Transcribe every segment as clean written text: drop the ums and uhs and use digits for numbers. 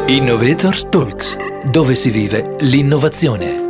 Innovators Talks, dove si vive l'innovazione.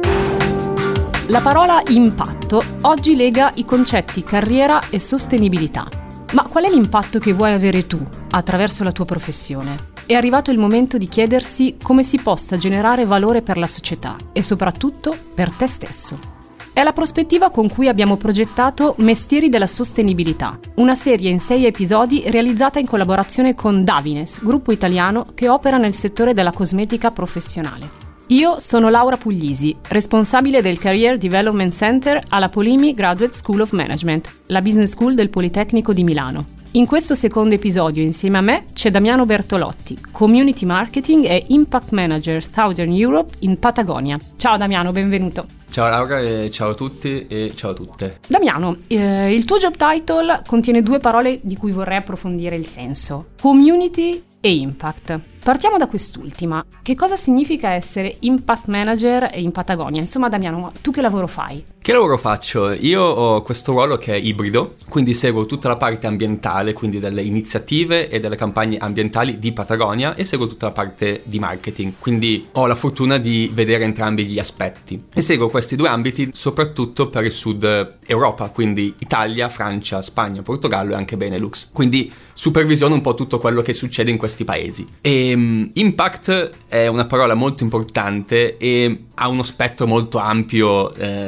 La parola impatto oggi lega i concetti carriera e sostenibilità. Ma qual è l'impatto che vuoi avere tu attraverso la tua professione? È arrivato il momento di chiedersi come si possa generare valore per la società e soprattutto per te stesso. È la prospettiva con cui abbiamo progettato Mestieri della Sostenibilità, una serie in 6 episodi realizzata in collaborazione con Davines, gruppo italiano che opera nel settore della cosmetica professionale. Io sono Laura Puglisi, responsabile del Career Development Center alla Polimi Graduate School of Management, la business school del Politecnico di Milano. In questo secondo episodio insieme a me c'è Damiano Bertolotti, Community Marketing e Impact Manager Southern Europe in Patagonia. Ciao Damiano, benvenuto. Ciao Laura e ciao a tutti e ciao a tutte. Damiano, il tuo job title contiene 2 parole di cui vorrei approfondire il senso: community e impact. Partiamo da quest'ultima. Che cosa significa essere impact manager in Patagonia? Insomma, Damiano, tu che lavoro fai? Che lavoro faccio? Io ho questo ruolo che è ibrido, quindi seguo tutta la parte ambientale, quindi delle iniziative e delle campagne ambientali di Patagonia, e seguo tutta la parte di marketing, quindi ho la fortuna di vedere entrambi gli aspetti. E seguo questi 2 ambiti soprattutto per il sud Europa, quindi Italia, Francia, Spagna, Portogallo e anche Benelux. Quindi supervisiono un po' tutto quello che succede in questi paesi. E impact è una parola molto importante e ha uno spettro molto ampio,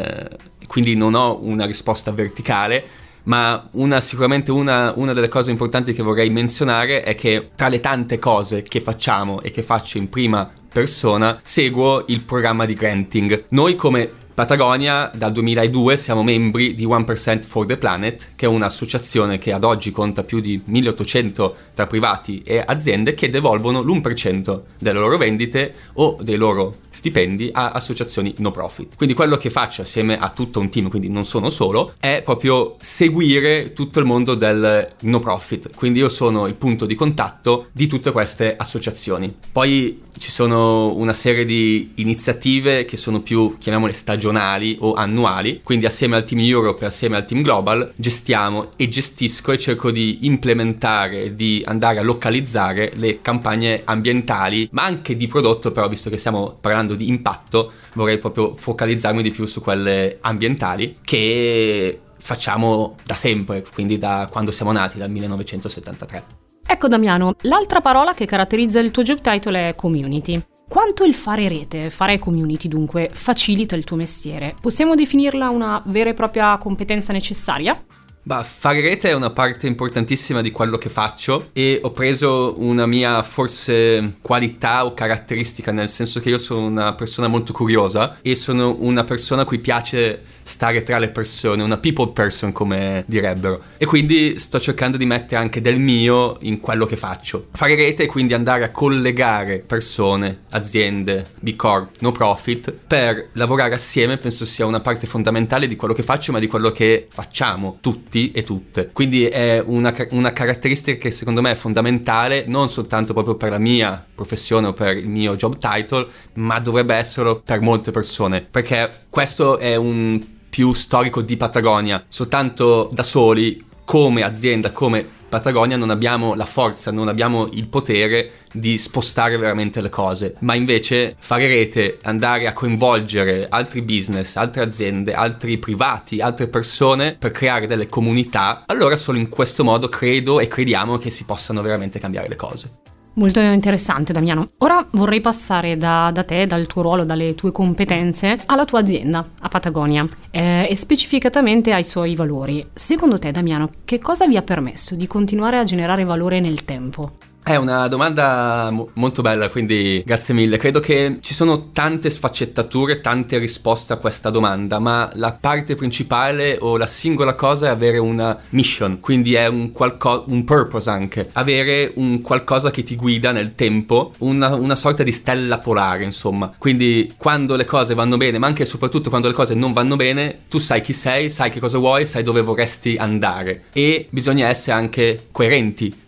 quindi non ho una risposta verticale, ma sicuramente una delle cose importanti che vorrei menzionare è che tra le tante cose che facciamo e che faccio in prima persona seguo il programma di granting. Noi come Patagonia dal 2002 siamo membri di 1% for the Planet, che è un'associazione che ad oggi conta più di 1800 tra privati e aziende che devolvono l'1% delle loro vendite o dei loro stipendi a associazioni no profit. Quindi quello che faccio assieme a tutto un team, quindi non sono solo, è proprio seguire tutto il mondo del no profit. Quindi io sono il punto di contatto di tutte queste associazioni. Poi ci sono una serie di iniziative che sono più, chiamiamole, stagionali o annuali, quindi assieme al Team Europe e assieme al Team Global gestiamo e gestisco e cerco di implementare, di andare a localizzare le campagne ambientali, ma anche di prodotto, però visto che stiamo parlando di impatto vorrei proprio focalizzarmi di più su quelle ambientali che facciamo da sempre, quindi da quando siamo nati, dal 1973. Ecco Damiano, l'altra parola che caratterizza il tuo job title è community. Quanto il fare community dunque facilita il tuo mestiere? Possiamo definirla una vera e propria competenza necessaria? Fare rete è una parte importantissima di quello che faccio e ho preso una mia forse qualità o caratteristica, nel senso che io sono una persona molto curiosa e sono una persona a cui piace stare tra le persone, una people person come direbbero, e quindi sto cercando di mettere anche del mio in quello che faccio. Fare rete è quindi andare a collegare persone, aziende, big corp, no profit per lavorare assieme. Penso sia una parte fondamentale di quello che faccio, ma di quello che facciamo tutti e tutte. Quindi è una caratteristica che secondo me è fondamentale, non soltanto proprio per la mia professione o per il mio job title, ma dovrebbe esserlo per molte persone, perché questo è un più storico di Patagonia. Soltanto da soli, come azienda, come Patagonia, non abbiamo la forza, non abbiamo il potere di spostare veramente le cose, ma invece fare rete, andare a coinvolgere altri business, altre aziende, altri privati, altre persone per creare delle comunità, allora solo in questo modo credo e crediamo che si possano veramente cambiare le cose. Molto interessante Damiano. Ora vorrei passare da te, dal tuo ruolo, dalle tue competenze, alla tua azienda, a Patagonia, e specificatamente ai suoi valori. Secondo te Damiano, che cosa vi ha permesso di continuare a generare valore nel tempo? È una domanda molto bella, quindi grazie mille. Credo che ci sono tante sfaccettature, tante risposte a questa domanda, ma la parte principale o la singola cosa è avere una mission, quindi è un purpose anche, avere un qualcosa che ti guida nel tempo, una sorta di stella polare, insomma. Quindi quando le cose vanno bene, ma anche e soprattutto quando le cose non vanno bene, tu sai chi sei, sai che cosa vuoi, sai dove vorresti andare, e bisogna essere anche coerenti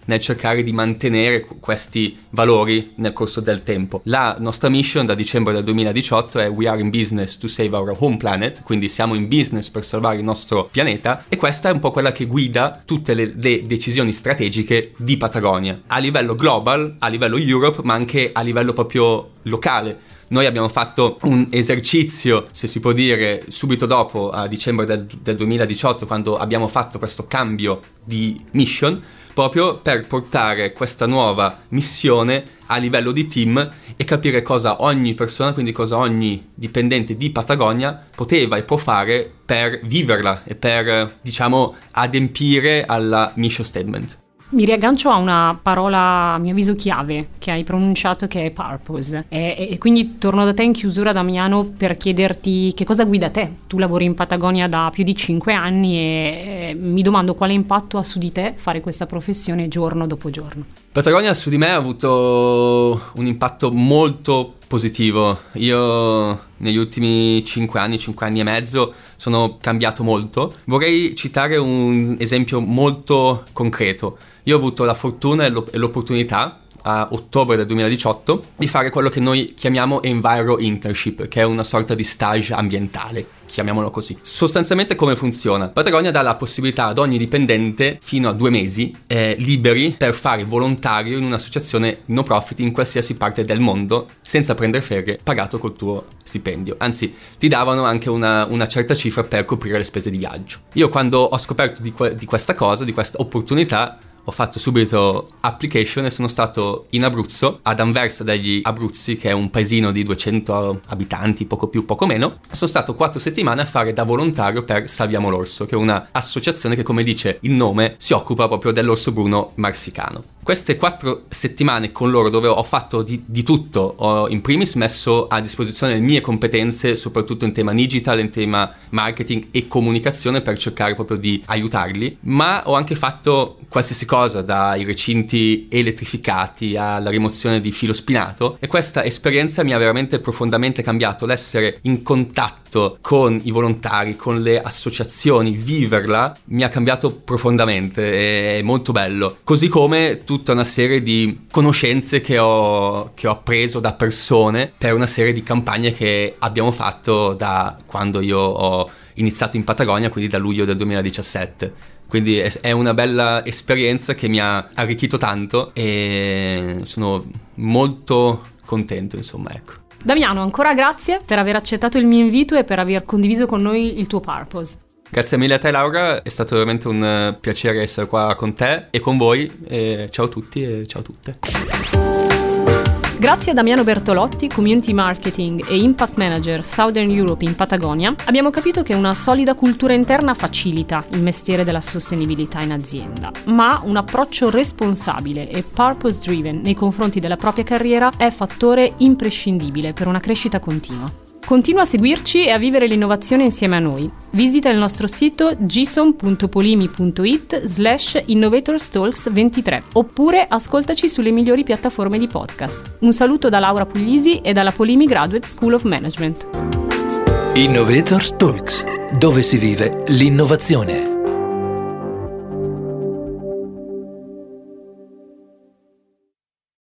nel cercare di mantenere questi valori nel corso del tempo. La nostra mission da dicembre del 2018 è We are in business to save our home planet, quindi siamo in business per salvare il nostro pianeta, e questa è un po' quella che guida tutte le decisioni strategiche di Patagonia a livello global, a livello Europe, ma anche a livello proprio locale. Noi abbiamo fatto un esercizio, se si può dire, subito dopo, a dicembre del 2018, quando abbiamo fatto questo cambio di mission, proprio per portare questa nuova missione a livello di team e capire cosa ogni persona, quindi cosa ogni dipendente di Patagonia poteva e può fare per viverla e per, diciamo, adempiere alla mission statement. Mi riaggancio a una parola, a mio avviso, chiave che hai pronunciato, che è purpose, e quindi torno da te in chiusura, Damiano, per chiederti che cosa guida te. Tu lavori in Patagonia da più di 5 anni e mi domando quale impatto ha su di te fare questa professione giorno dopo giorno. Patagonia su di me ha avuto un impatto molto positivo. Io negli ultimi 5 anni e mezzo sono cambiato molto. Vorrei citare un esempio molto concreto. Io ho avuto la fortuna e l'opportunità a ottobre del 2018 di fare quello che noi chiamiamo Enviro Internship, che è una sorta di stage ambientale, chiamiamolo così. Sostanzialmente come funziona? Patagonia dà la possibilità ad ogni dipendente fino a 2 mesi liberi per fare volontario in un'associazione no profit in qualsiasi parte del mondo, senza prendere ferie, pagato col tuo stipendio. Anzi, ti davano anche una certa cifra per coprire le spese di viaggio. Io quando ho scoperto di questa cosa, di questa opportunità, ho fatto subito application e sono stato in Abruzzo, ad Anversa degli Abruzzi, che è un paesino di 200 abitanti, poco più, poco meno. Sono stato 4 settimane a fare da volontario per Salviamo l'Orso, che è una associazione che, come dice il nome, si occupa proprio dell'orso bruno marsicano. Queste 4 settimane con loro, dove ho fatto di tutto, ho in primis messo a disposizione le mie competenze, soprattutto in tema digital, in tema marketing e comunicazione, per cercare proprio di aiutarli, ma ho anche fatto qualsiasi cosa, dai recinti elettrificati alla rimozione di filo spinato, e questa esperienza mi ha veramente profondamente cambiato. L'essere in contatto con i volontari, con le associazioni, viverla, mi ha cambiato profondamente, è molto bello. Così come tutta una serie di conoscenze che ho appreso da persone per una serie di campagne che abbiamo fatto da quando io ho iniziato in Patagonia, quindi da luglio del 2017. Quindi è una bella esperienza che mi ha arricchito tanto e sono molto contento, insomma, ecco. Damiano, ancora grazie per aver accettato il mio invito e per aver condiviso con noi il tuo purpose. Grazie mille a te, Laura, è stato veramente un piacere essere qua con te e con voi. Ciao a tutti e ciao a tutte. Grazie a Damiano Bertolotti, Community Marketing e Impact Manager Southern Europe in Patagonia, abbiamo capito che una solida cultura interna facilita il mestiere della sostenibilità in azienda, ma un approccio responsabile e purpose-driven nei confronti della propria carriera è fattore imprescindibile per una crescita continua. Continua a seguirci e a vivere l'innovazione insieme a noi. Visita il nostro sito gison.polimi.it/innovatorstalks23 oppure ascoltaci sulle migliori piattaforme di podcast. Un saluto da Laura Puglisi e dalla Polimi Graduate School of Management. Innovators Talks, dove si vive l'innovazione.